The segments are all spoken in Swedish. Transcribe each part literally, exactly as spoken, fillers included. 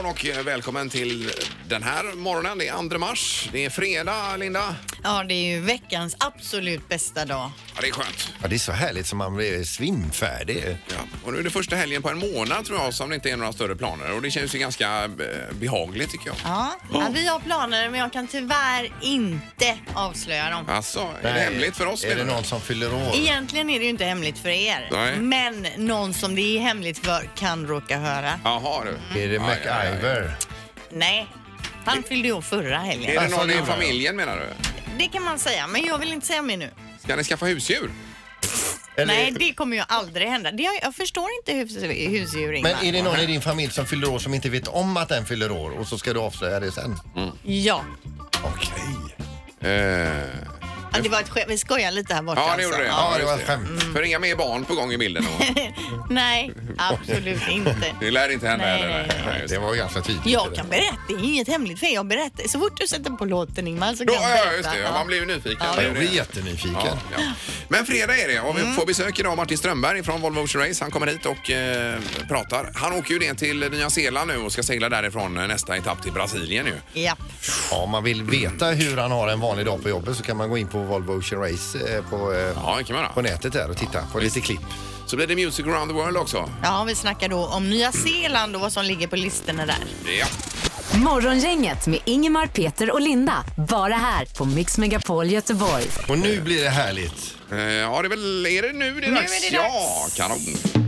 och välkommen till den här morgonen. Det är andra mars. Det är fredag, Linda. Ja, det är ju veckans absolut bästa dag. Ja, det är skönt. Ja, det är så härligt som man blir svimfärdig. Ja, och nu är det första helgen på en månad tror jag som det inte är några större planer. Och det känns ju ganska eh, behagligt tycker jag. Ja, ja, vi har planer men jag kan tyvärr inte avslöja dem. Alltså, är Nej. det hemligt för oss? Är det någon som fyller år? Egentligen är det ju inte hemligt för er. Nej. Men någon som det är hemligt för kan råka höra. Jaha du. Är det MacIver? Nej, han fyllde ju förra helgen. Är det Alltså, någon i det var- familjen menar du? Det kan man säga, men jag vill inte säga mer nu. Ska ni skaffa husdjur? Eller, Nej, det kommer ju aldrig hända. Det, jag, jag förstår inte hus, husdjur, Ingmar. Men är det någon i din familj som fyller år som inte vet om att den fyller år och så ska du avslöja det sen? Ja. Okej. Eh, Ja, det var ett skämt. Vi skojar lite här borta. ja, det gjorde det. alltså. Ja, det var just ett skämt. För inga mer barn på gång i bilden. Nej, absolut inte. Det lär inte hända Nej, heller. nej, nej. Nej, just Det var ganska tydligt. Jag kan berätta, det är inget hemligt för jag berättar. Så fort du sätter på låten, Ingmar, så kan Ja, jag ja, berätta. just det. Ja, man blir ju nyfiken. Ja, Det är Jag det. blir jättenyfiken. Ja, ja. Men fredag är det och vi får besök idag Martin Strömberg från Volvo Ocean Race. Han kommer hit och eh, pratar. Han åker ju ner till Nya Zeeland nu och ska segla därifrån nästa etapp till Brasilien nu. Ja. Ja, om man vill veta hur han har en vanlig dag på jobbet så kan man gå in på Volvo Ocean Race eh, på, eh, Ja, det kan man på göra. nätet där och titta på lite klipp. Så blir det Music around the world också. ja, vi snackar då om Nya Zeeland och vad som ligger på listorna där. Ja. Morgongänget med Ingemar, Peter och Linda. Bara här på Mix Megapol Göteborg. Och nu blir det härligt. Eh, ja, det är väl... Är det nu det är Nu dags? är det Ja, dags. kanon.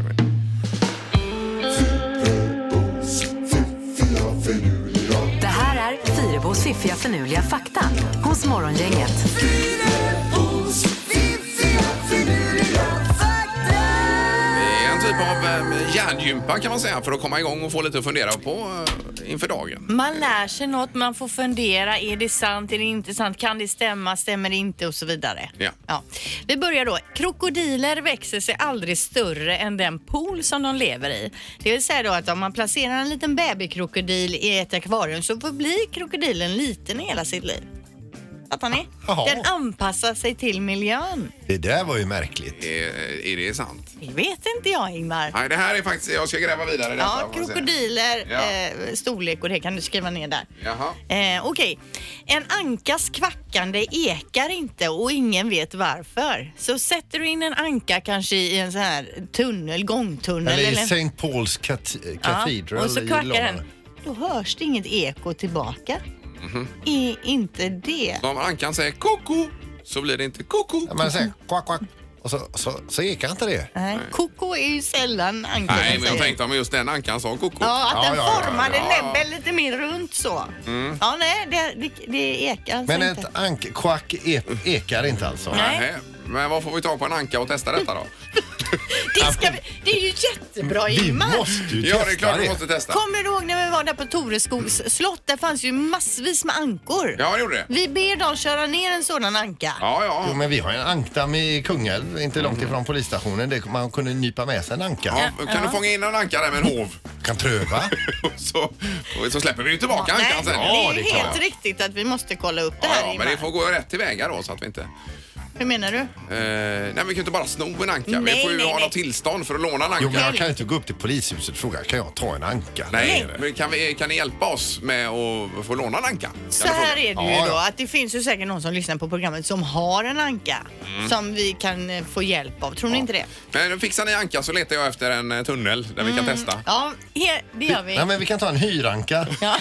Det här är Fyrebos fiffiga förnuliga fakta hos Morgongänget. Det är en typ av eh, hjärngympa kan man säga för att komma igång och få lite att fundera på eh, inför dagen. Man lär sig något, man får fundera. Är det sant, är det inte sant? Kan det stämma, stämmer det inte och så vidare. Ja. Ja. Vi börjar då. Krokodiler växer sig aldrig större än den pool som de lever i. Det vill säga då att om man placerar en liten babykrokodil i ett akvarium så får bli krokodilen liten i hela sitt liv. Fattar ni? Jaha. Den anpassar sig till miljön. Det där var ju märkligt. Är, är det sant? Det vet inte jag, Ingmar. Nej, det här är faktiskt... Jag ska gräva vidare i detta. Ja, får vi se. krokodiler, Ja. eh, storlek och det kan du skriva ner där. Jaha. Eh, Okej, en ankas kvackande ekar inte och ingen vet varför. Så sätter du in en anka kanske i en sån här tunnel, gångtunnel. Eller i en- Saint Paul's cat- Ja, Cathedral och så i kvackar London. den. Då hörs det inget eko tillbaka. Mhm. Är inte det? Så om ankan säger koko så blir det inte koko. Ja, man säger quack, quack. Och så, så, så ekar inte det. Nej, koko är ju sällan ankan. Nej, men jag säger. tänkte om just den ankan sa koko. Ja, att Ja, den ja, ja, formade ja, ja. näbben lite mer runt så. Ja, nej, det, det, det ekar alltså Men inte. ett ank, quack e, ekar inte alltså. Nej. Nej. Men vad får vi ta på en anka och testa detta då? Det, ska vi, det är ju jättebra, Vi Ingmar. måste ju Ja, testa det är klart vi måste testa. Kommer du ihåg när vi var där på Toreskogs slott? Där fanns ju massvis med ankor. Ja, det gjorde det. Vi ber dem köra ner en sådan anka. Ja, Jo, ja. men vi har ju en ankdamm i Kungälv, inte långt ifrån polisstationen. Det, man kunde nypa med sig en anka. ja. Kan du fånga in en anka där med en hov? Kan pröva. Och så, och så släpper vi ju tillbaka Nej, ankan sen. det Ja, är ju det är helt klart. riktigt att vi måste kolla upp det Ja, här, ja, men Ingmar. det får gå rätt tillväga då så att vi inte... Hur menar du? Eh, nej, vi kan ju inte bara sno en anka. Nej, vi får ju nej, ha nej. något tillstånd för att låna en anka. Jo, men jag kan inte gå upp till polishuset och fråga, kan jag ta en anka? Nej, men kan, vi, kan ni hjälpa oss med att få låna en anka? Kan Så du här fråga? är det ju Ja, då, ja. att det finns ju säkert någon som lyssnar på programmet som har en anka som vi kan eh, få hjälp av. Tror ni inte det? Men fixar ni anka så letar jag efter en eh, tunnel där vi kan testa. Ja, he- det gör vi. Nej, men vi kan ta en hyranka. Ja.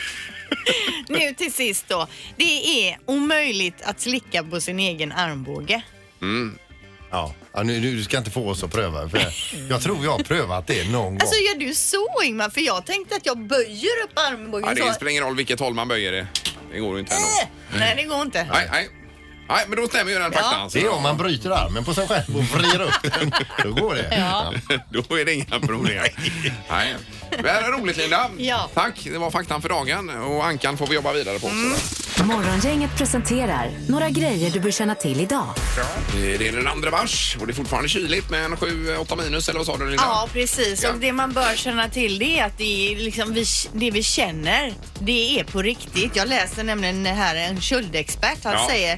Nu till sist då. Det är omöjligt att slicka på sin egen armbåge. Ja, ja nu, nu ska inte få oss att pröva. För jag tror jag har prövat det någon gång. Alltså gör du så, Ingmar? För jag tänkte att jag böjer upp armbågen Ja, så. det spelar ingen roll vilket håll man böjer det. Det går ju inte ändå. Äh, nej, det går inte. Nej, nej. Nej, men då stämmer ju den faktan. alltså. Det är om man bryter armen på sig själv och vrider upp den. Då går det. Ja. Då är det inga problem. Nej. Men det är roligt, Linda. Ja. Tack, det var faktan för dagen. Och ankan får vi jobba vidare på också. Mm. Morgongänget presenterar några grejer du bör känna till idag. Det är den andra mars och det är fortfarande kyligt med en sju åtta minus, eller vad sa du, Linda? Ja, precis. Ja. Och det man bör känna till det är att det, är liksom vi, det vi känner, det är på riktigt. Jag läser nämligen här en köldexpert. Han Ja. säger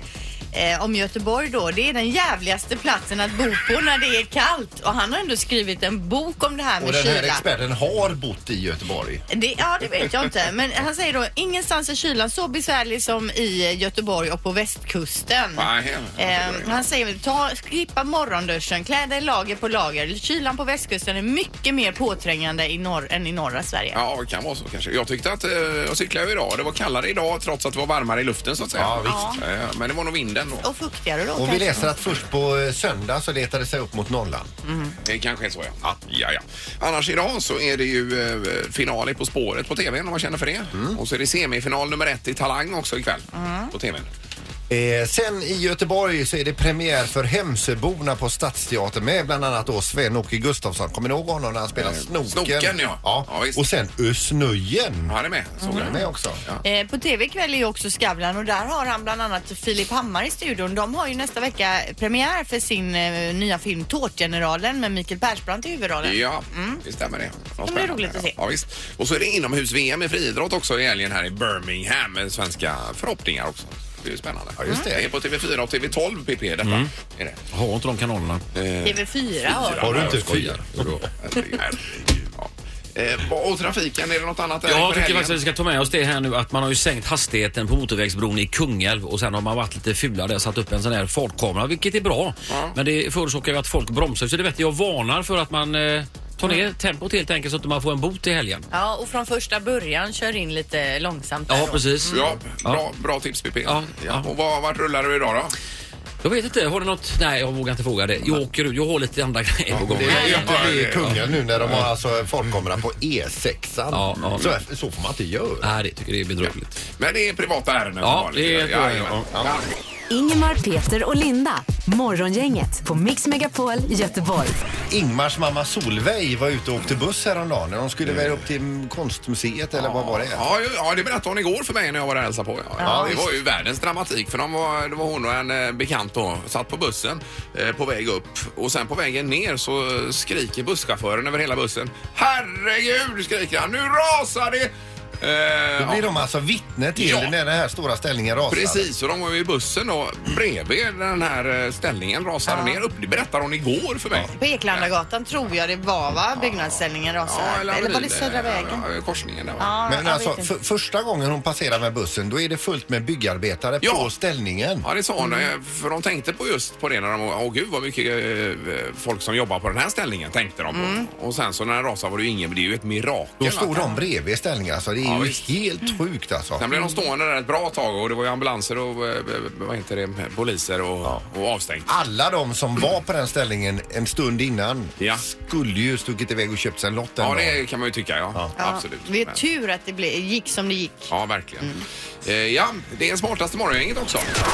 eh, om Göteborg då. Det är den jävligaste platsen att bo på när det är kallt. Och han har ändå skrivit en bok om det här med Och den här kyla. experten har bott i Göteborg. Det, ja, det vet jag inte. Men han säger då, ingenstans är kylan så besvärlig som i Göteborg och på västkusten. Nej, Eh, han säger, ta, skippa morgonduschen, klä dig lager på lager. Kylan på västkusten är mycket mer påträngande i norr än i norra Sverige. Ja, det kan vara så kanske. Jag tyckte att, eh, jag cyklade ju idag, det var kallare idag trots att det var varmare i luften så att säga. Ja, visst. Eh, Men det var nog vinden då. Och fuktigare då. Och vi kanske. läser att först på eh, söndag så letade det sig upp mot nollan. Det kanske är så, ja. Ja, ja, ja. Annars idag så är det ju eh, final i På spåret på tvn om man känner för det. Och så är det semifinal nummer ett i Talang också ikväll på tvn. Eh, sen i Göteborg så är det premiär för Hemsöborna på Stadsteatern med bland annat då Sven-Åke Gustafsson. Kommer ni ihåg honom när han spelar Eh, Snoken? Snoken, ja. ja. Ja, visst. Och sen Ösnöjen. Han är med, såg Han jag. är med också. Ja. Eh, på tv ikväll är ju också Skavlan och där har han bland annat Filip Hammar i studion. De har ju nästa vecka premiär för sin eh, nya film Tårtgeneralen med Mikael Persbrandt i huvudrollen. Ja, det stämmer det. Det blir Spännande. roligt att se. Ja, visst. Och så är det inomhus-V M i friidrott också i helgen här i Birmingham med svenska förhoppningar också. Det är ju spännande. Ja, just det. Det är på T V fyra och T V tolv P P detta. Är det. Har inte de kanalerna? T V fyra har de. Har du inte Jag skojar. fyra? Herregud, ja. Eh, och trafiken, är det något annat? där Ja, för jag tycker helgen? faktiskt att vi ska ta med oss det här nu att man har ju sänkt hastigheten på motorvägsbron i Kungälv och sen har man varit lite fulare och satt upp en sån här fartkamera, vilket är bra. Ja. Men det förorsakar ju att folk bromsar, så det är bättre. Jag varnar för att man eh, tar ner tempot helt enkelt så att man får en bot i helgen. Ja, och från första början kör in lite långsamt där Ja, då. precis. Ja, bra, bra tips P P. Ja, ja. Och vad, vart rullar du idag då? Jag vet inte, har du något? Nej, jag vågar inte fråga det. Jag åker ut, jag har lite andra grejer på gång. Det är ju Ja, inte ja, det i ja. Kungälv nu när de har alltså fartkamera på E sexan. Ja, ja. Så, så får man inte göra. Nej, det tycker jag är bedrövligt. Men det är privata ärenden. Ja, som det vanligt. är tror jag, Jajamän. ja. Ja. Ingemar, Peter och Linda. Morgongänget på Mix Megapol Göteborg. Ingmars mamma Solveig var ute och åkte buss häromdagen. De skulle väl upp till konstmuseet eller vad var det? Ja, ju- ja, det berättade hon igår för mig när jag var där och hälsade på. Ja, Ja, det visst. var ju världens dramatik för de var, det var hon och en eh, bekant då, satt på bussen eh, på väg upp och sen på vägen ner så skriker busschauffören över hela bussen. Herregud, skriker han, nu rasar det! Eh, Då blir ja. de alltså vittne till Ja. när den här stora ställningen rasar. Precis, och de var ju i bussen då bredvid den här eh, ställningen rasade ner upp. Det berättade hon igår för mig. På Eklandagatan tror jag det var, va? Byggnadsställningen rasade. eller var det bredvid, Södra vägen? Ja, korsningen där va? Ja, Men jag alltså vet inte. för, första gången hon passerar med bussen då är det fullt med byggarbetare Ja. på ställningen. Ja, det sa hon. eh, För de tänkte på just på det när de... Åh gud vad mycket eh, folk som jobbar på den här ställningen tänkte de på. Och sen så när den rasade var det ju ingen... Det är ju ett mirakel. Då står att- de bredvid ställningen. Alltså, det är Ja, ju visst. helt sjukt alltså. Sen blev de stående där ett bra tag och det var ju ambulanser och eh, vad heter det, poliser och, och avstängt. Alla de som var på den ställningen en stund innan Ja. skulle ju stuckit iväg och köpt sig en lott en Ja, dag. det kan man ju tycka, ja. Ja, Absolut. det är Men- tur att det ble, gick som det gick. Ja, verkligen. Eh, ja, det är smartaste morgongänget också.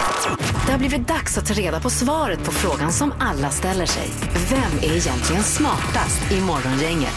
Det har blivit dags att ta reda på svaret på frågan som alla ställer sig. Vem är egentligen smartast i Morgongänget?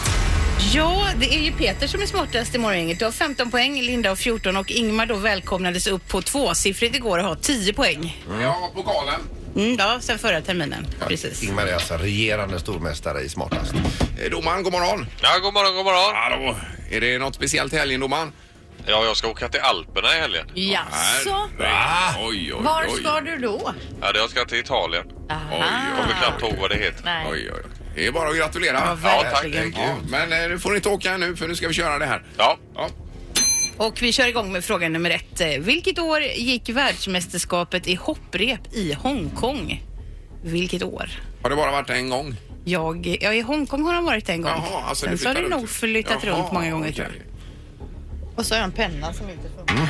Ja, det är ju Peter som är smartast i morgongänget. Du har femton poäng, Linda har fjorton och Ingmar då välkomnades upp på tvåsiffrigt igår och har tio poäng. Ja, pokalen. Mm, ja, sen förra terminen. Precis. Ingmar är alltså regerande stormästare i smartast. Eh, domaren, god morgon. Ja, god morgon, god morgon. Hallå. Är det något speciellt i helgen, domaren? Ja, jag ska åka till Alperna i helgen. Jaså? Va? Oj, oj, Var oj. ska du då? Ja, jag ska till Italien. Oj, Jag kommer knappt ihåg vad det heter. Nej. oj, oj. Det är bara att gratulera. Ja, Ja, tack. verkligen. Ja, men eh, du får inte åka nu för nu ska vi köra det här. Ja, Ja. Och vi kör igång med fråga nummer ett. Vilket år gick världsmästerskapet i hopprep i Hongkong? Vilket år? Har det bara varit en gång? Jag, ja, i Hongkong har han varit en gång. Jaha, alltså Sen du så har det flyttar nog ut. flyttat Jaha, runt många gånger tror okej. jag. Och så har jag en penna som inte funkar.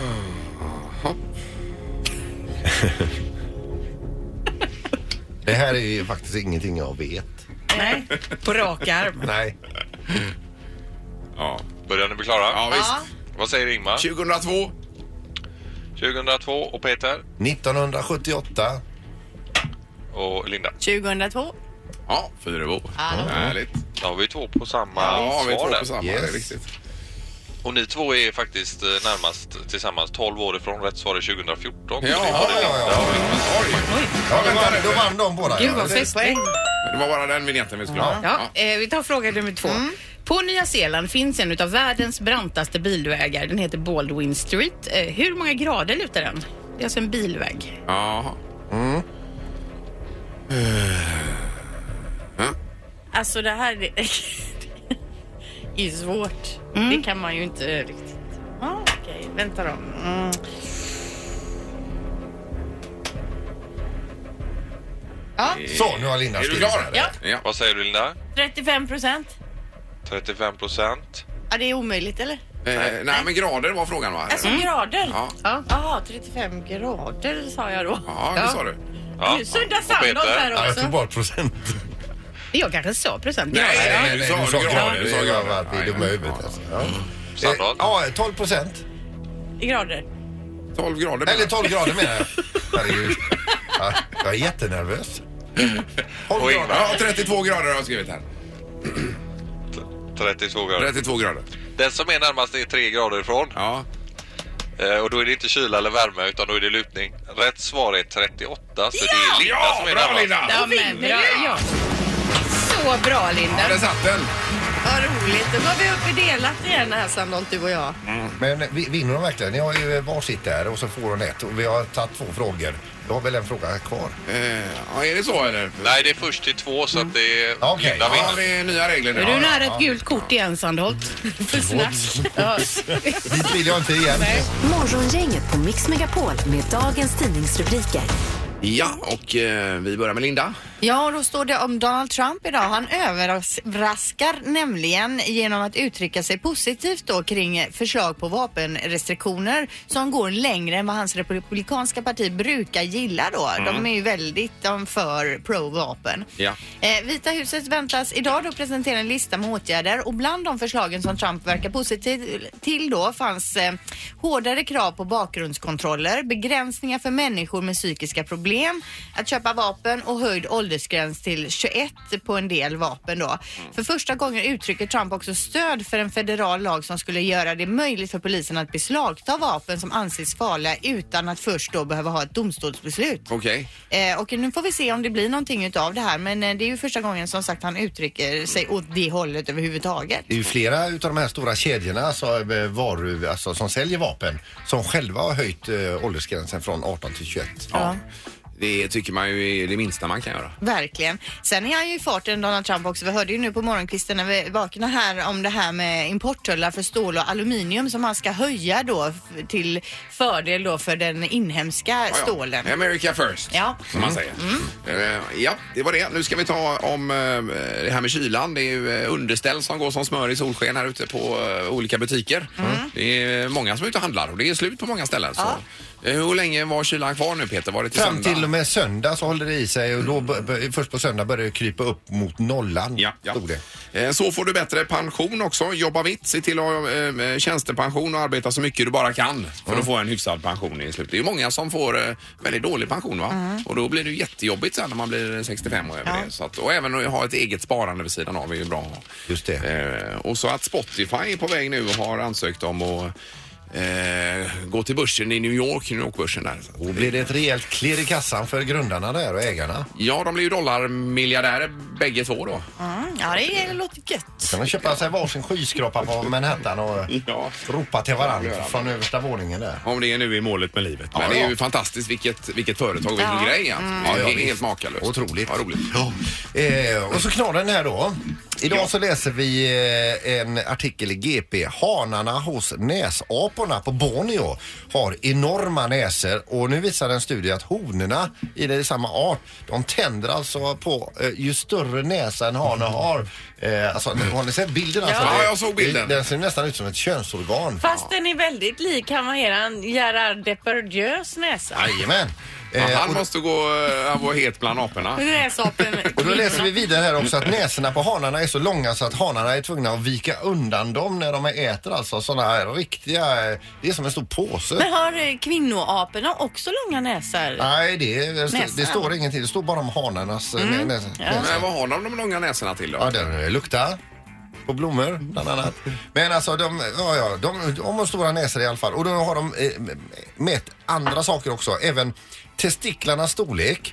Det här är ju faktiskt ingenting jag vet. Nej, på rak arm. Nej. Ja, börjar ni bli klara? ja visst. Ja. Vad säger Ingmar? tjugohundratvå. tjugohundratvå och Peter nittonhundrasjuttioåtta. och Linda. tjugohundratvå. Ja, Fyrebo. Härligt. Då har vi två på samma Ja, vi är svar två där. på samma. Yes. Det är riktigt. Och ni två är faktiskt eh, närmast tillsammans tolv år ifrån. Rätt svar är tjugohundrafjorton. Ja, Så det är ja, både ja, Linda ja. och Ingmar. Oj. Ja, Ja, då, vänta vann, då nu. vann de båda. Gud ja. vad festligt. Det var bara den vignetten vi skulle ha. Ja, eh, vi tar fråga nummer två. På Nya Zeeland finns en av världens brantaste bilvägar. Den heter Baldwin Street. Eh, hur många grader lutar den? Det är alltså en bilväg. Jaha. Mm. Alltså det här det är ju svårt. Mm. Det kan man ju inte riktigt. Ah, okej, okay. Vänta då. Mm. Ja. Så, nu har Linda Är du skrivit klar? här. Ja. Ja. Vad säger du, Linda? trettiofem procent. trettiofem procent. Ja, det är omöjligt eller? Eh, nej, men grader var frågan, va? Alltså grader? Ja. Ja. Jaha, trettiofem grader sa jag då. Ja, det sa du. Ja. Sunda Och Sandholt Peter? här Ja, jag också. tog bara procent. Jag kanske sa procent. Nej, Ja. nej, du sa du sa grader. grader. Du sa Det var grader. att vi är dumma i huvudet. Alltså. Ja. Sandholt? Ja, tolv procent. I grader. tolv grader. bara. Eller tolv grader menar jag. Herregud. Ja, jag är jättenervös. tolv Och grader. Ingmar? Ja, trettiotvå grader har jag skrivit här. trettiotvå grader. trettiotvå grader. Den som är närmast är tre grader ifrån. Ja. Eh, och då är det inte kyla eller värme utan då är det lutning. Rätt svar är trettioåtta. Så det är Linda Ja, som är bra närmast. Linda! Ja, men bra. Ja. Så bra, Linda. Ja, där satt den. Vad roligt. Då var vi uppe delat igen här Sandholt, du och jag. Men vi- vinner de verkligen? Ni har ju varsitt där och så får hon ett. Och vi har tagit två frågor. Du har väl en fråga kvar? Eh, ja, är det så eller? Nej, det är först till två så att det är Okej. Linda Ja, vinner. det är nya regler nu. Är du Ja, nära ett gult kort igen, Sandholt? För snabbt. Ja. Dit vill jag inte igen. Morgongänget på Mix Megapol med dagens tidningsrubriker. ja, och eh, vi börjar med Linda. Ja, då står det om Donald Trump idag. Han överraskar nämligen genom att uttrycka sig positivt då kring förslag på vapenrestriktioner som går längre än vad hans republikanska parti brukar gilla då. De är ju väldigt de för pro-vapen. Ja. Eh, Vita huset väntas idag då presentera en lista med åtgärder och bland de förslagen som Trump verkar positiv till då fanns eh, hårdare krav på bakgrundskontroller, begränsningar för människor med psykiska problem, att köpa vapen och höjd åldersgräns till tjugoett på en del vapen då. För första gången uttrycker Trump också stöd för en federal lag som skulle göra det möjligt för polisen att beslagta vapen som anses farliga utan att först då behöva ha ett domstolsbeslut. Okej. Eh, och nu får vi se om det blir någonting utav det här, men eh, det är ju första gången som sagt han uttrycker sig åt det hållet överhuvudtaget. Det är ju flera utav de här stora kedjorna alltså, eh, varu, alltså, som säljer vapen som själva har höjt eh, åldersgränsen från arton till tjugoett. Ja. Det tycker man ju är det minsta man kan göra. Verkligen. Sen är han ju i farten, Donald Trump också. Vi hörde ju nu på morgonkvisten när vi vaknade här om det här med importtullar för stål och aluminium som han ska höja då f- till fördel då för den inhemska Ja, ja. stålen. America first, Ja. som man säger. Eh, ja, det var det. Nu ska vi ta om eh, det här med kylan. Det är ju eh, underställ som går som smör i solsken här ute på eh, olika butiker. Det är många som är ute och handlar och det är slut på många ställen. Så. Eh, Hur länge var kylan kvar nu, Peter? Var det till Fram söndag? till och med söndag så håller det i sig och då b- b- först på söndag börjar det krypa upp mot nollan. Ja, ja. Stod det. Eh, Så får du bättre pension också. Jobba vitt, se till att ha eh, tjänstepension och arbeta så mycket du bara kan för att få en hyfsad pension i slutet. Det är ju många som får eh, väldigt dålig pension, va? Och då blir det ju jättejobbigt sen när man blir sextiofem och över det. Så att, och även att ha ett eget sparande vid sidan av är ju bra att ha. Just det. Eh, och så att Spotify är på väg nu och har ansökt om att eh, gå till börsen i New York, New York-börsen där. Så att- Och blir det ett rejält klirr i kassan för grundarna där och ägarna? Ja, de blir ju dollarmiljardärer bägge två då. Mm, ja, det är- låter gött. Kan de köpa sig varsin skyskrapa på Manhattan och Ja. ropa till varandra från översta våningen där? Om det är nu i målet med livet. Men Ja, det är ja. ju fantastiskt vilket, vilket företag, vilken Ja. grej. Alltså. Ja, Ja, ja, det är visst. helt makalöst. Otroligt. Ja, roligt. Eh, och så knorren här då. Idag så läser vi eh, en artikel i G P. Hanarna hos näsaporna på Borneo har enorma näsor och nu visar en studie att honorna i det är samma art, de tänder alltså på eh, ju större näsa en hane har. Eh, alltså, har ni sett bilden? Alltså, Ja, Det- jag såg bilden. Den ser nästan ut som ett könsorgan. Fast den är väldigt lik, kan man eran Gerard Depardieu's näsa. Jajamän. Ja, Eh, han och- måste gå han var het bland aporna. Näsapen. Och då läser vi vidare här också att näsorna på hanarna är så långa så att hanarna är tvungna att vika undan dem när de äter. Alltså sådana här riktiga, det är som en stor påse. Men har eh, kvinnoaporna också långa näsor? Nej, det, det, Näsan. det står ingenting. Det står bara om hanarnas mm. nä, nä, Ja. näsa. Men vad har de de långa näsorna till då? Ja, den eh, luktar på blommor bland annat. Men alltså de, ja, ja, de, de har stora näsor i alla fall. Och då har de eh, mätt andra saker också. Även testiklarnas storlek.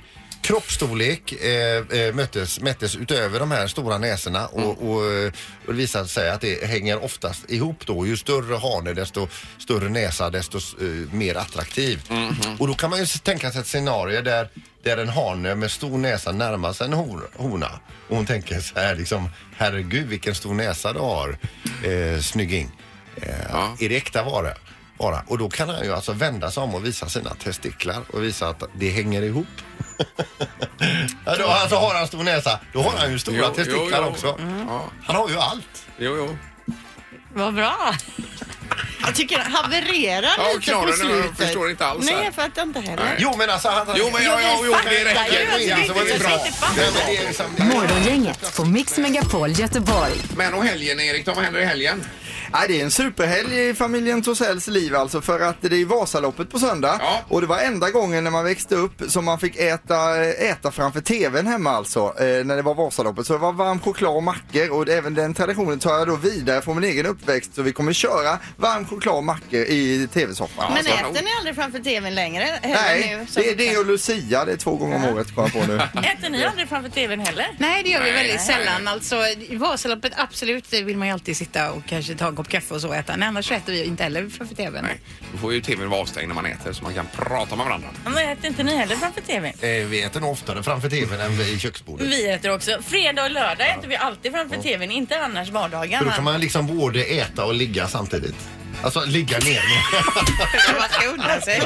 kroppsstorlek eh, möttes, mättes utöver de här stora näsorna och, Mm. och, och det visade sig att det hänger oftast ihop då. Ju större hane desto större näsa desto eh, mer attraktiv. Mm-hmm. Och då kan man ju tänka sig ett scenario där, där en hane med stor näsa närmar sig en hor, hona. Och hon tänker så här liksom, herregud vilken stor näsa du har, eh, snygging. Eh, Ja. Är det äkta vara? Bara. Och då kan han ju alltså vända sig om och visa sina testiklar och visa att det hänger ihop. Ja, då, alltså har han stor näsa, då har han ju stora Jo, testiklar jo, jo. också. Ja. Han har ju allt. Jo, jo. Vad bra. Jag tycker han havererar Ja, lite Knorren, på jag slutet. förstår inte alls här. Nej, jag fattar inte heller. Nej. Jo men alltså han... Jo, men ja, ja, jo, det räcker. ju, alltså, Så var det bra. Nej, men det är liksom... Morgongänget på Mix Megapol Göteborg. Men och helgen, Erik, då, vad händer i helgen? Ja, det är en superhelg i familjen Tosells liv alltså, för att det är Vasaloppet på söndag. Ja. Och det var enda gången när man växte upp som man fick äta, äta framför tvn hemma alltså, eh, när det var Vasaloppet. Så det var varm choklad och mackor, och även den traditionen tar jag då vidare från min egen uppväxt. Så vi kommer köra varm choklad och mackor i tv-soffan. Men Ja, äter ni aldrig framför tvn längre? Heller Nej, nu, som- det är det och Lucia, det är två gånger om året, kommer jag på nu. Äter ni aldrig framför tvn heller? Nej, det gör vi Nej, väldigt nej, sällan. Alltså, i Vasaloppet, absolut, det vill man ju alltid sitta och kanske ta en kopp kaffe och så äta. Nej, annars äter vi ju inte heller framför tvn. Nej, då får ju tvn vara avstängd när man äter så man kan prata med varandra. Men äter inte ni heller framför tvn? Eh, vi äter nog oftare framför tvn än i köksbordet. Vi äter också. Fredag och lördag äter vi alltid framför tvn, inte annars För då vardagarna. kan man liksom både äta och ligga samtidigt. Alltså ligga ner. Man ska unna sig.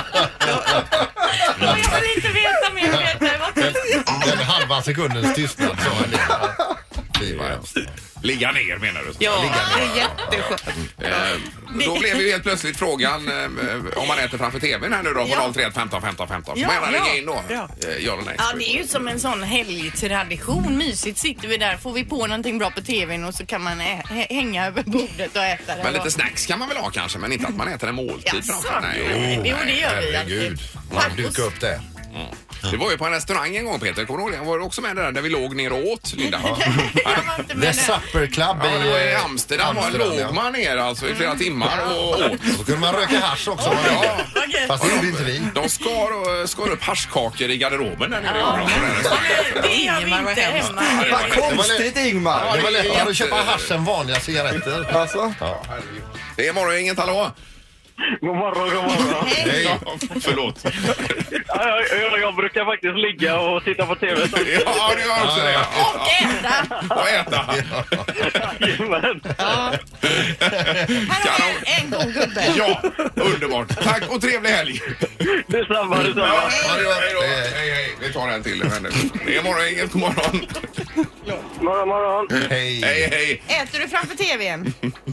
Och jag vill inte veta mer, Peter. Vad tyst. Den halva sekundens tystnad sa en del. Fy vad hemskt. Ligga ner menar du? Ja, det är jätteskönt. Eh, då blev ju helt plötsligt frågan eh, om man äter framför tvn här nu då på Ja. noll tre ett femton femton femton. Får Ja, man gärna ringa ja. in då? Bra. Eh, ja eller nej? Ja, det är ju som en sån helgtradition. Mysigt sitter vi där, får vi på någonting bra på tvn och så kan man ä- hä- hänga över bordet och äta det. Men lite snacks kan man väl ha kanske, men inte att man äter en måltid Jaså? framför. Nej, Jo, jo, det gör vi Herregud. alltid. Man dukar upp det. Det var ju på en restaurang en gång, Peter. Kommer du ihåg det? Var du också med där där vi låg ner och åt, Linda? Jag var inte The med där. Supper Club Ja, det var i i eh, Amsterdam. Amsterdam, låg ja. man ner alltså i flera timmar och åt. Så kunde man röka hasch också. Ja. Okej. Fast det gjorde inte vi. De skar, och, skar upp haschkakor i garderoben där nere i Amsterdam på den restaurangen. Det gör vi Ingemar, vad inte hemskt. hemma. Vad konstigt, Ingmar! Det var lättare att köpa hasch än vanliga cigaretter. Alltså? Det är morgon, inget hallå? God morgon, god morgon. Hej. Ja, förlåt. Ja, jag, jag brukar faktiskt ligga och titta på tv. Ja, du gör också det. Och äta. Och äta. Jajamän. Här har vi en god gubbe. Ja, underbart. Tack och trevlig helg. Detsamma, detsamma. Ja, det gör hej då. Hej, hej. Vi tar en till. Men det är morgon, inget god morgon. Morgon, morgon. Hej. Hej, hej. Äter du framför tvn?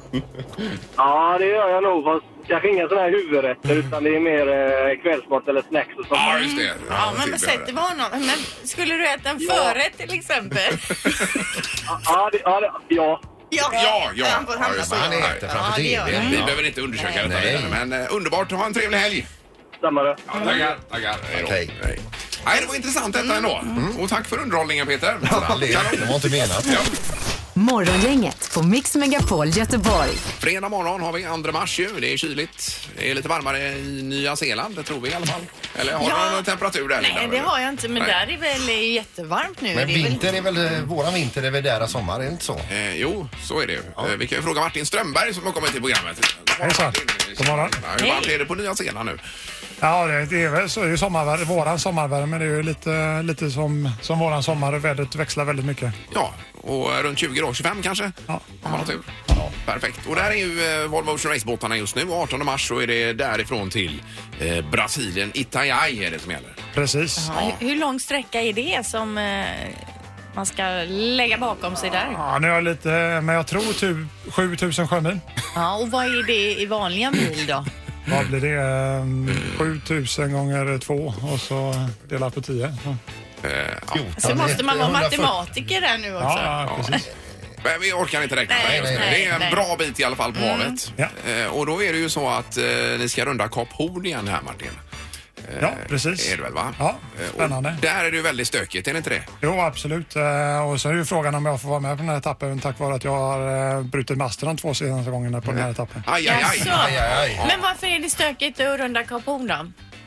Ja, det gör jag nog. Fast kanske inga sådana här huvudrätter, utan det är mer eh, kvällsmat eller snacks och sånt. Ja, just det. Ja, men det sätt det var någon. Men skulle du äta en förrätt till exempel? Ja, det, ja, det, ja. Ja, Ja, ja. Han får Ja, hamna just på det. Han ja. äter framför Ja, det gör tvn. Vi Ja. behöver inte undersöka detta Nej. vidare, men eh, underbart. Ha en trevlig helg. Samma det. Ja, tackar, tackar. Hej då. Okej. Hej. Nej, det var intressant detta ändå. Och tack för underhållningen, Peter. Det, det var inte menat. Ja. Morgongänget på Mix Megapol Göteborg. Fredag morgon har vi andra mars ju. Det är kyligt. Det är lite varmare i Nya Zeeland, det tror vi i alla fall. Eller har Ja. du någon temperatur där, Linda? Nej, det har jag inte. Men Nej. där är väl jättevarmt nu. Men det är väl... vinter är väl, eh, våran vinter är väl deras sommar, är det inte så? Eh, jo, så är det ju. Eh, vi kan ju fråga Martin Strömberg som har kommit till programmet. Hejsan. God morgon. Ja, hur varmt är det på Nya Zeeland nu? Ja, det, det är väl så. Är ju sommarvärme, våran sommarvärme, det är ju lite, lite som, som våran sommar. Vädret växlar väldigt mycket. Ja, och runt tjugo då, tjugofem kanske? Ja. Om man har tur. Ja. Perfekt. Och där är ju eh, Volvo Ocean Race-båtarna just nu. artonde mars så är det därifrån till eh, Brasilien. Itajai är det som gäller. Precis. Ja, hur, hur lång sträcka är det som eh, man ska lägga bakom sig där? Ja, nu är jag lite, men jag tror typ sju tusen sjömil. Ja, och vad är det i vanliga mil då? Vad blir det? Ehm, sju tusen gånger två och så delar på tio. Ja, Eh, ja. Så måste man vara matematiker där nu också. ja, ja precis. Men vi orkar inte räkna Nej, med det. nej, Det är en nej. bra bit i alla fall på havet. Ja. Eh, och då är det ju så att eh, ni ska runda Kap Horn igen här, Martin. Eh, Ja, precis. Är det väl, va? Ja, Eh, och spännande. där är det ju väldigt stökigt, är det inte det? Jo, absolut. Eh, Och så är det ju frågan om jag får vara med på den här etappen tack vare att jag har eh, brutit masten de två senaste gångerna på den här etappen. Aj, aj, aj. Jaså? Aj, aj, aj. Men varför är det stökigt att runda Kap Horn då?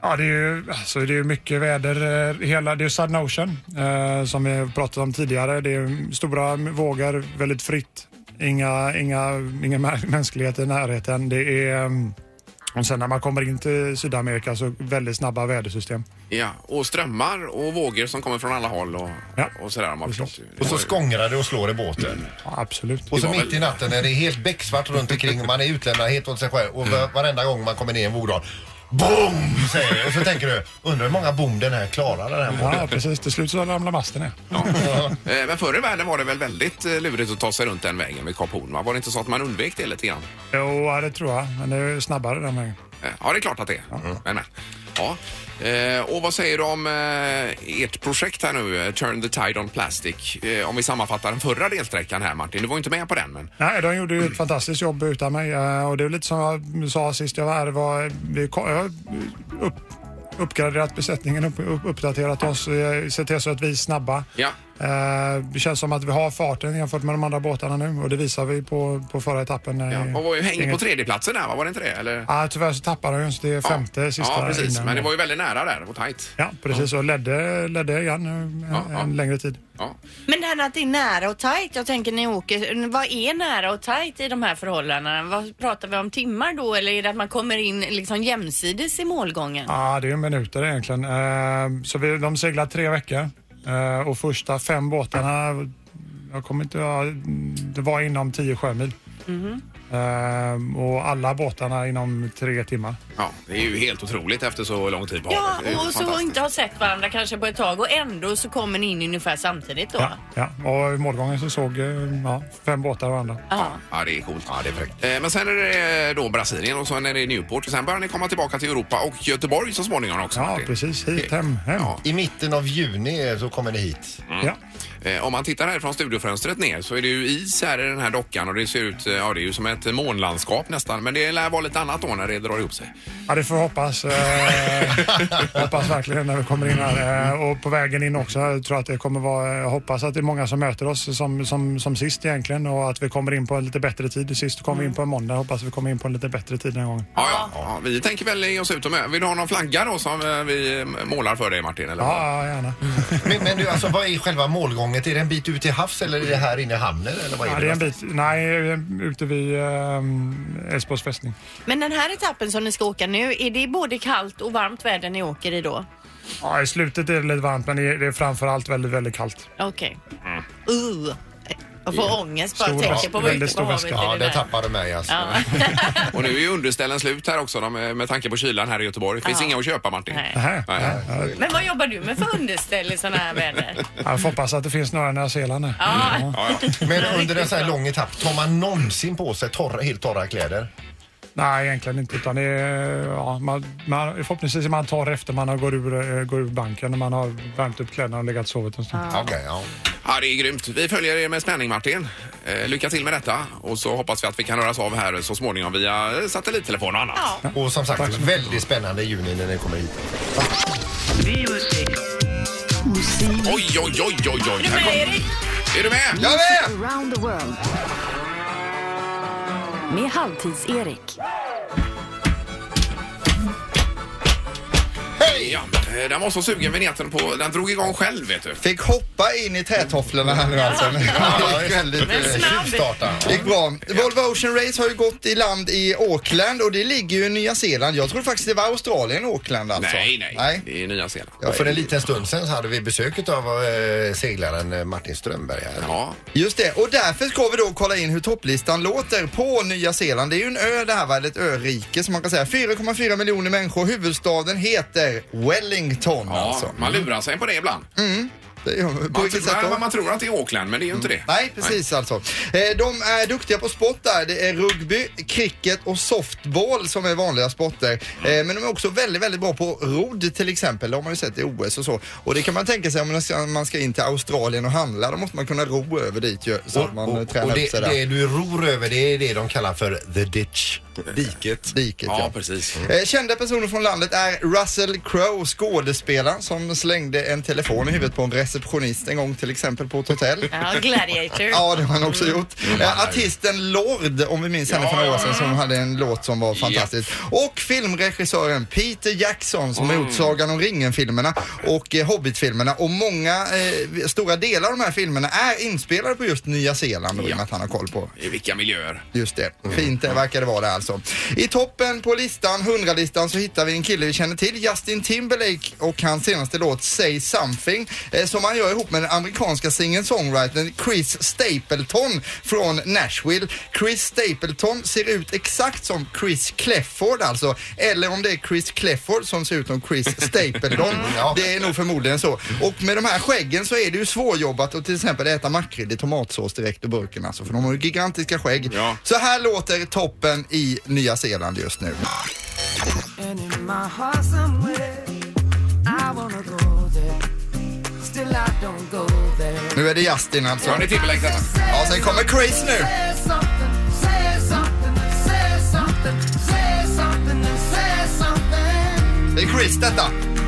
Ja, det är ju alltså, det är mycket väder. Hela, det är Southern Ocean eh, som vi pratat om tidigare. Det är stora vågor, väldigt fritt. Inga, inga, inga mänsklighet i närheten. Det är, och sen när man kommer in till Sydamerika så väldigt snabba vädersystem. Ja, och strömmar och vågor som kommer från alla håll och, ja. och sådär. Man förstått. Och så skångrar det och slår i båten. Ja, absolut. Och så mitt i natten när det är helt becksvart runt omkring och man är utlämnad helt åt sig själv och mm. varenda gång man kommer ner i en vågdal, boom, säger det. Och så tänker du, undrar hur många boom den här klarar den här båten. Ja, precis. Till slut så ramlar masten ner. Ja. Men förr i världen var det väl väldigt lurigt att ta sig runt den vägen med Kap Horn. Var det inte så att man undvek det lite grann? Jo, det tror jag. Men det är snabbare den vägen. Ja, det är klart att det är. Mm. Men, men. Ja. Eh, och vad säger du om eh, ert projekt här nu, Turn the Tide on Plastic? Eh, om vi sammanfattar den förra delsträckan här, Martin. Du var inte med på den, men... Nej, de gjorde ju ett fantastiskt jobb utan mig. Eh, och det är lite som jag sa sist jag var här. Var, vi, jag upp, uppgraderat besättningen, upp, upp, uppdaterat oss, eh, sett till så att vi är snabba. Ja. Eh, det känns som att vi har farten jämfört med de andra båtarna nu och det visar vi på, på förra etappen. Ja, och var ju hängig inget... på tredjeplatsen där, var det inte det? Eller? Ja, tyvärr så tappade jag just det femte ja. sista. Ja, precis. Innan. Men det var ju väldigt nära där, det var tajt. Ja, precis. Ja. Och ledde, ledde igen en, ja, ja. en längre tid. Ja. Men det här att det är nära och tajt, jag tänker ni åker, vad är nära och tajt i de här förhållandena? Vad pratar vi om, timmar då eller är det att man kommer in liksom jämsides i målgången? Ja, det är minuter egentligen. Så vi, de seglar tre veckor. Uh, och första fem båtarna, jag kommer inte, det var inom tio sjömil. Mm-hmm. Uh, och alla båtarna inom tre timmar. Ja, det är ju helt otroligt efter så lång tid på ja, havet. och så inte har sett varandra kanske på ett tag och ändå så kommer ni in ungefär samtidigt då. Ja, ja. Och i målgången så såg ja, fem båtar varandra. Ja. Ja, det är coolt. Ja, det är fräckt. Eh, men sen är det då Brasilien och sen är det Newport och sen börjar ni komma tillbaka till Europa och Göteborg så småningom också. Ja, Martin. precis. Hit, hem, hem. Ja. I mitten av juni så kommer ni hit. Mm. Ja. Eh, om man tittar här från studiofönstret ner så är det ju is här i den här dockan och det ser ut, ja det är ju som ett månlandskap nästan, men det lär vara lite annat då när det drar ihop sig. Ja, det får hoppas. Eh, hoppas verkligen när vi kommer in här. Eh, och på vägen in också, jag tror att det kommer vara, jag hoppas att det är många som möter oss som, som, som sist egentligen och att vi kommer in på en lite bättre tid. Sist kom vi in på en måndag, hoppas att vi kommer in på en lite bättre tid den här gången. Ja, ja, ja. Vi tänker väl ge oss ut och med. Vill du ha någon flagga då som vi målar för dig, Martin? Eller ja, ja, gärna. men, men du, alltså vad är själva målgången? Är det en bit ut i havs eller är det här inne i hamnen? Eller vad är ja, det, det är en bit, nej, ute vid Älvsborgs äh, fästning. Men den här etappen som ni ska åka nu, är det både kallt och varmt väder ni åker i då? Ja, i slutet är det lite varmt men det är, det är framförallt väldigt, väldigt kallt. Okej. Okay. Mm. Uh. Jag får ångest bara stor, tänka på vad ute på havet. Ja, det tappar du mig alltså. Ja. Och nu är ju underställen slut här också med, med tanke på kylan här i Göteborg. Det finns ja. inga att köpa, Martin. Nej. Nej. Nej. Nej. Men vad jobbar du med för underställ i sådana här väder? Jag får hoppas att det finns några i Nya Zeeland. Ja. Ja. Ja, ja. Men under en sån här lång etapp, tar man någonsin på sig torra, helt torra kläder? Nej, egentligen inte. Utan det är, ja, man, man, förhoppningsvis är man tar efter man går ur, går ur banken när man har värmt upp kläderna och legat sovet en stund. Ja. Okay, ja. Ja, det är grymt. Vi följer er med spänning, Martin. Eh, lycka till med detta. Och så hoppas vi att vi kan röras av här så småningom via satellittelefon och annat. Ja. Och som sagt, Tack. väldigt spännande i juni när ni kommer hit. Oj, oj, oj, oj, oj. Är du med, Erik? Är du med? Jag är med! Around the world. Med Halvtids-Erik. Ja, den var så sugen vinjetten på, den drog igång själv, vet du. Fick hoppa in i tätofflorna här nu alltså. Ja, det gick väldigt tjuvstarta. Det gick bra. Volvo Ocean Race har ju gått i land i Auckland och det ligger ju i Nya Zeeland. Jag tror faktiskt det var Australien Auckland alltså. Nej, nej, nej. Det är Nya Zeeland. Ja, för en liten stund sedan så hade vi besöket av äh, seglaren Martin Strömberg här. Ja. Just det, och därför ska vi då kolla in hur topplistan låter på Nya Zeeland. Det är ju en ö det här, va? Ett örike som man kan säga. fyra komma fyra miljoner människor. Huvudstaden heter Wellington. Ja, alltså. man lurar sig på det ibland. Mm. Det är, på man, vilket sätt man, man tror att det är Auckland, men det är ju inte det. Nej, precis Nej. alltså. Eh, de är duktiga på sport där. Det är rugby, cricket och softball som är vanliga sporter. Eh, men de är också väldigt, väldigt bra på rodd till exempel. Det har man ju sett i O S och så. Och det kan man tänka sig om man ska, man ska in till Australien och handla. Då måste man kunna ro över dit ju, så och, att man och, tränar och det, upp sig där. det du ror över, det är det de kallar för the ditch. Diket. Diket, Ja, ja. precis. Eh, Kända personer från landet är Russell Crowe, skådespelaren som slängde en telefon i huvudet på en receptionist en gång till exempel på ett hotell. Ja, Gladiator. Ja, det har han också gjort. Eh, artisten Lord, om vi minns henne för några år sedan, som hade en låt som var fantastisk. Och filmregissören Peter Jackson som har gjort Sagan om ringen-filmerna och eh, Hobbit-filmerna. Och många, eh, stora delar av de här filmerna är inspelade på just Nya Zeeland och att han har koll på. I vilka miljöer. Just det. Fint det verkar det vara det alltså. I toppen på listan, hundra-listan, så hittar vi en kille vi känner till, Justin Timberlake, och hans senaste låt Say Something eh, som han gör ihop med den amerikanska singer-songwritern Chris Stapleton från Nashville. Chris Stapleton ser ut exakt som Chris Clefford alltså, eller om det är Chris Clefford som ser ut som Chris Stapleton. Det är nog förmodligen så. Och med de här skäggen så är det ju svårjobbat att till exempel äta makrill i tomatsås direkt ur burken alltså, för de har ju gigantiska skägg. Ja. Så här låter toppen i Nya Zeeland just nu. Nu är det Justin alltså. Ja, det är Timberlake. Ja, sen kommer Chris nu. Det är Chris detta.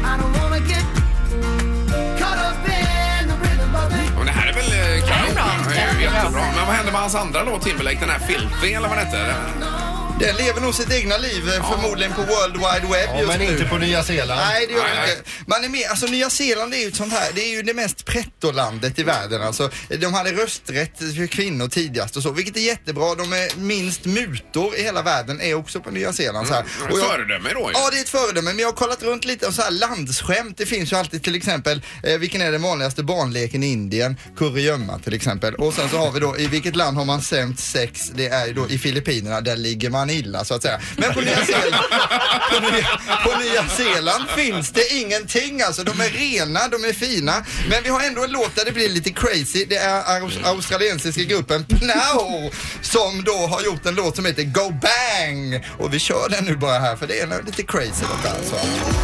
Men det här är väl kanon. Det är jättebra. Men vad händer med hans andra låt, Timberlake, den här Filthy eller vad det heter? Den lever nog sitt egna liv, ja. Förmodligen på World Wide Web ja, just men nu. inte på Nya Zeeland. Nej, det gör nej, inte. Man är med, alltså Nya Zeeland är ju ett sånt här, det är ju det mest pretto-landet i världen. Alltså, de hade rösträtt för kvinnor tidigast och så, vilket är jättebra. De är minst mutor i hela världen är också på Nya Zeeland. Så här. Mm, ett jag, föredöme då ju. Ja, det är ett föredöme, men jag har kollat runt lite och så här landsskämt. Det finns ju alltid till exempel, eh, vilken är den vanligaste barnleken i Indien? Kurragömma till exempel. Och sen så har vi då, i vilket land har man sämt sex? Det är ju då i Filippinerna, där ligger man illa så att säga. Men på Nya Zeeland, på Nya, på Nya Zeeland finns det ingenting alltså. De är rena, de är fina. Men vi har ändå en låt där det blir lite crazy. Det är aus- australiensiska gruppen Pnow som då har gjort en låt som heter Go Bang. Och vi kör den nu bara här för det är lite crazy detta alltså.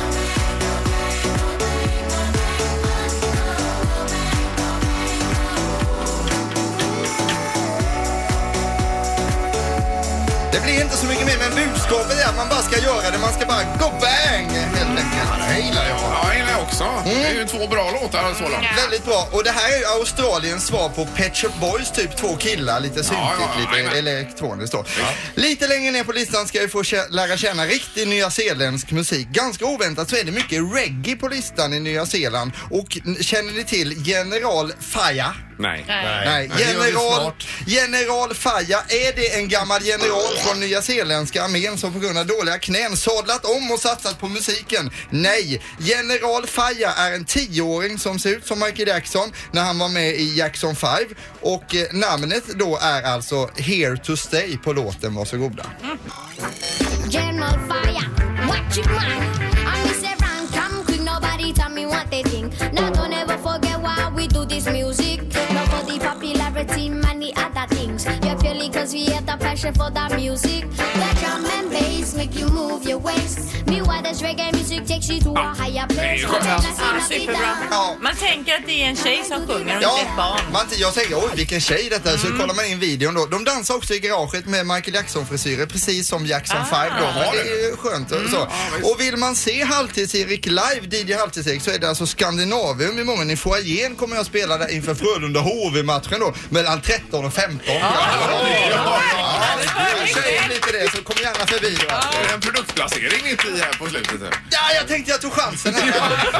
Det blir inte så mycket mer, men budskapet är att man bara ska göra det. Man ska bara go bang, helt enkelt. Det gillar jag. Ja, det gillar jag också. Mm. Det är ju två bra låtar så långt. Ja. Väldigt bra. Och det här är ju Australiens svar på Pet Shop Boys, typ två killar, lite syntigt, ja, ja, lite elektroniskt då. Ja. Lite längre ner på listan ska vi få kä- lära känna riktig nyzeeländsk musik. Ganska oväntat så är det mycket reggae på listan i Nya Zeeland. Och känner ni till General Faya? Nej. Nej. Nej. General, General Faya, är det en gammal general från Nya Zeeländska armén som på grund av dåliga knän sadlat om och satsat på musiken? Nej. General Faya är en tioåring som ser ut som Michael Jackson när han var med i Jackson fem. Och eh, namnet då är alltså Here to Stay på låten. Varsågoda. Mm. General Faya, what you want? I miss around, come quick, nobody tell me what they think. Now don't ever forget why we do this music. Not for the popularity, many other things. You're purely cause we have the passion for the music. The drum and bass make you move your waist. Me why this reggae music takes you to a higher place. Ja, superbra. Ja. Man tänker att det är en tjej som sjunger och ja, inte ett barn. Man, jag tänker, oj vilken tjej detta. Så mm. kollar man in videon då. De dansar också i garaget med Michael Jackson-frisyrer, precis som Jackson ah. fem då. Det är ju skönt och så. Mm. Ja, och vill man se Halvtids-Erik live, D J Halvtids-Erik, så är det alltså Skandinavium imorgon i foajén kommer jag spela där inför Frölunda H V-matchen då, mellan tretton och femton. Ah. Ja, ja, ja, tjejer lite det, så kom gärna förbi då. Ja. Är det en produktplacering mitt i här på slutet? Ja, jag tänkte jag tog chansen här.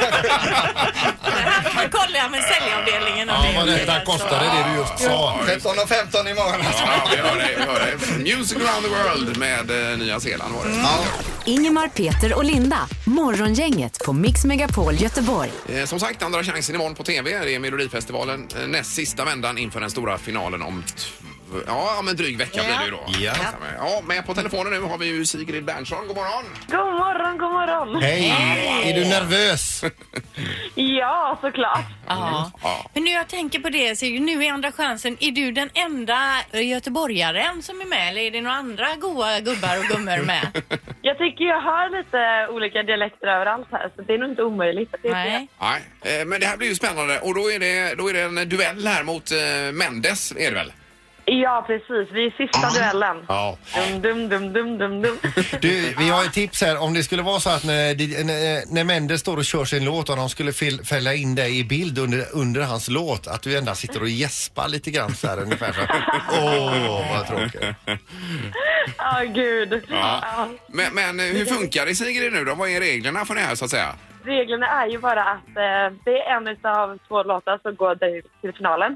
Man kollar med säljavdelningen. Ja, vad detta kostade det du just sa. tretton och femton imorgon. Ja, vi hör det, vi hör det. Music around the world med eh, Nya Zeeland var det. Mm. Ja. Ingemar, Peter och Linda. Morgongänget på Mix Megapol Göteborg. Eh, som sagt, andra chansen imorgon på T V. Det är Melodifestivalen. Eh, näst sista vändan inför den stora finalen om t- ja, om en dryg vecka ja. blir det ju då. Ja. Ja, med på telefonen nu har vi ju Sigrid Berntsson. God morgon! God morgon, god morgon! Hej! Är du nervös? Ja, såklart. Ja. Ja. Men nu jag tänker på det, så nu är andra chansen. Är du den enda göteborgaren som är med, eller är det några andra goa gubbar och gummor med? Jag tycker jag hör lite olika dialekter överallt här, så det är nog inte omöjligt. Nej. Nej, men det här blir ju spännande. Och då är det, då är det en duell här mot uh, Mendes, är det väl? Ja, precis. Vi är sista duellen. Ja. Dum, dum, dum, dum, dum, dum. Du, vi har ett tips här. Om det skulle vara så att när, när, när Mendes står och kör sin låt och de skulle fäll, fälla in dig i bild under, under hans låt, att du ända sitter och gäspar lite grann så här ungefär så. Åh, oh, vad tråkigt. Ja, oh, gud. Ja. Ja. Men, men hur funkar det, Sigrid, nu då? Vad är reglerna för det här så att säga? Reglerna är ju bara att eh, det är en av två låtar som går till finalen.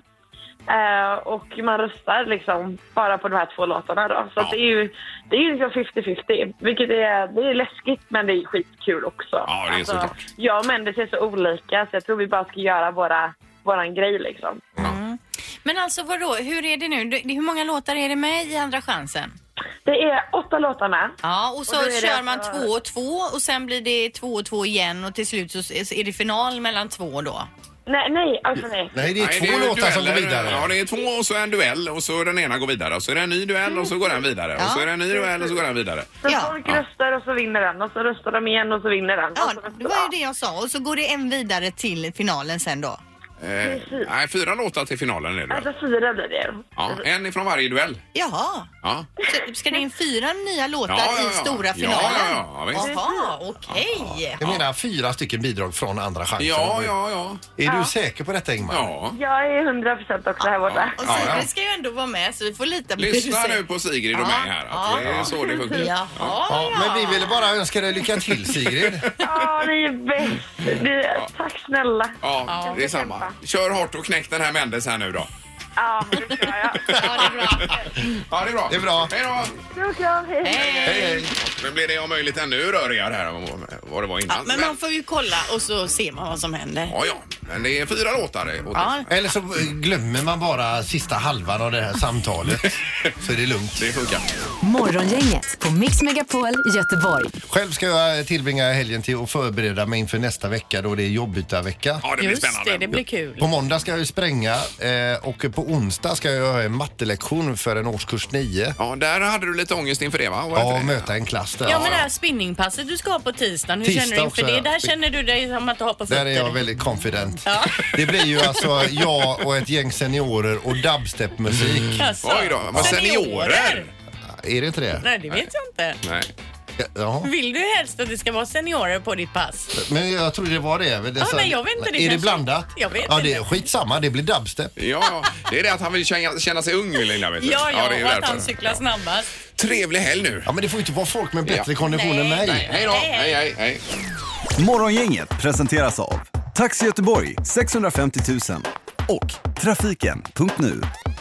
Eh, och man röstar liksom bara på de här två låtarna då. Så Ja. att det är ju det är ju liksom fifty fifty, vilket är, det är läskigt men det är skitkul också. Ja, det är såklart. Jag och Mendes är så olika så jag tror vi bara ska göra våra, våran grej liksom. Mm. Men alltså vadå, hur är det nu? Det- Hur många låtar är det med i Andra chansen? Det är åtta låtar med. Ja, och så Och då är det kör man alltså- två och två och sen blir det två och två igen och till slut så är det final mellan två då. Nej, nej, alltså nej. Nej, det är Nej, två ju låtar som går dueller. vidare. Ja, det är två och så en duell och så den ena går vidare. Och så är det en ny duell och så går den vidare. Och så är det en ny duell och så går den vidare. Så Ja. folk röstar och så vinner den. Och så röstar de igen och så vinner den. Ja, och så röstar- det var ju det jag sa. Och så går det en vidare till finalen sen då. Eh, nej, fyra låtar till finalen är det. Alltså fyra blir det. Ja, en ifrån varje duell. Jaha. Ja. Så ska det in fyra nya låtar Ja, ja, ja. i stora Ja, finalen? ja, ja, visst. Jaha, okej. Jag menar fyra stycken bidrag från Andra chansen. Ja, ja, ja. Är du säker på detta, Ingmar? Ja. Jag är hundra procent också här borta. Och Ja, Sigrid ja. ska ju ändå vara med så vi får lita på det du Lyssna säger. nu på Sigrid och Ja, mig här. Att det är så det funkar. Jaha, Ja, ja. men vi ville bara önska dig lycka till, Sigrid. Ja, ni är bäst. Ni, tack snälla. Ja, det är samma. Kör hårt och knäck den här Mendes här nu då. Ja, det ska jag. Ja, det är bra. Ja, det är bra. Det är bra. Hej då! Kram, kram, hej. Hej, hej. Nu blir det om möjligt ännu rörigare här än vad det var innan. Ja, men man får ju kolla och så ser man vad som händer. Ja, ja. Men det är fyra låtar. det. Ja. Eller så glömmer man bara sista halvan av det här samtalet. Så är det lugnt. Det funkar. Morgongänget på Mix Megapol Göteborg. Själv ska jag tillbringa helgen till att förbereda mig inför nästa vecka då det är jobbytarvecka. Ja, det blir Just spännande. det, det blir kul. På måndag ska jag ju spränga eh, och på onsdag ska jag ha en mattelektion för en årskurs nio. Ja, där hade du lite ångest inför det, va? Var det Ja, inte och det? möta en klass där. Ja, men det här spinningpasset du ska ha på tisdagen, hur Tisdag känner du inför också, det? ja. Där känner du dig som att du har på fötter. Där är jag väldigt confident. Ja. Det blir ju alltså jag och ett gäng seniorer och dubstepmusik. Alltså, Oj då, men seniorer? Är det inte det? Nej, det vet jag inte. Nej. Ja. Vill du helst att det ska vara seniorer på ditt pass? Men jag tror det var det. det Ja, så- men jag vet inte, det är det kanske- blandat? Jag vet ja, det är inte. skitsamma. Det blir dubstep. Ja, det är det att han vill känna, känna sig ung, Lilla, vet du. Ja, ja, det är ju och att därför. han cyklar snabbast. Trevlig helg nu. Ja, men det får ju inte vara folk med bättre Ja. kondition än mig. Nej, hej då. Hej, hej, hej. Morgongänget presenteras av Taxi Göteborg sexhundrafemtio tusen och trafiken punkt nu.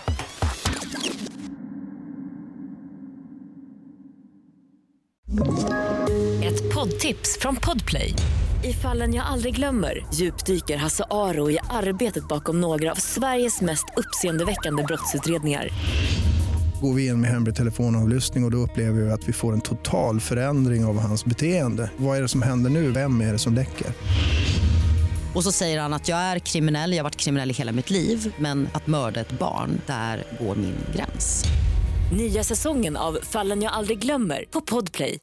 Ett poddtips från Podplay. I Fallen jag aldrig glömmer djupdyker Hasse Aro i arbetet bakom några av Sveriges mest uppseendeväckande brottsutredningar. Går vi in med hemlig telefonavlyssning och, och då upplever vi att vi får en total förändring av hans beteende. Vad är det som händer nu? Vem är det som läcker? Och så säger han att jag är kriminell, jag har varit kriminell i hela mitt liv. Men att mörda ett barn, där går min gräns. Nya säsongen av Fallen jag aldrig glömmer på Podplay.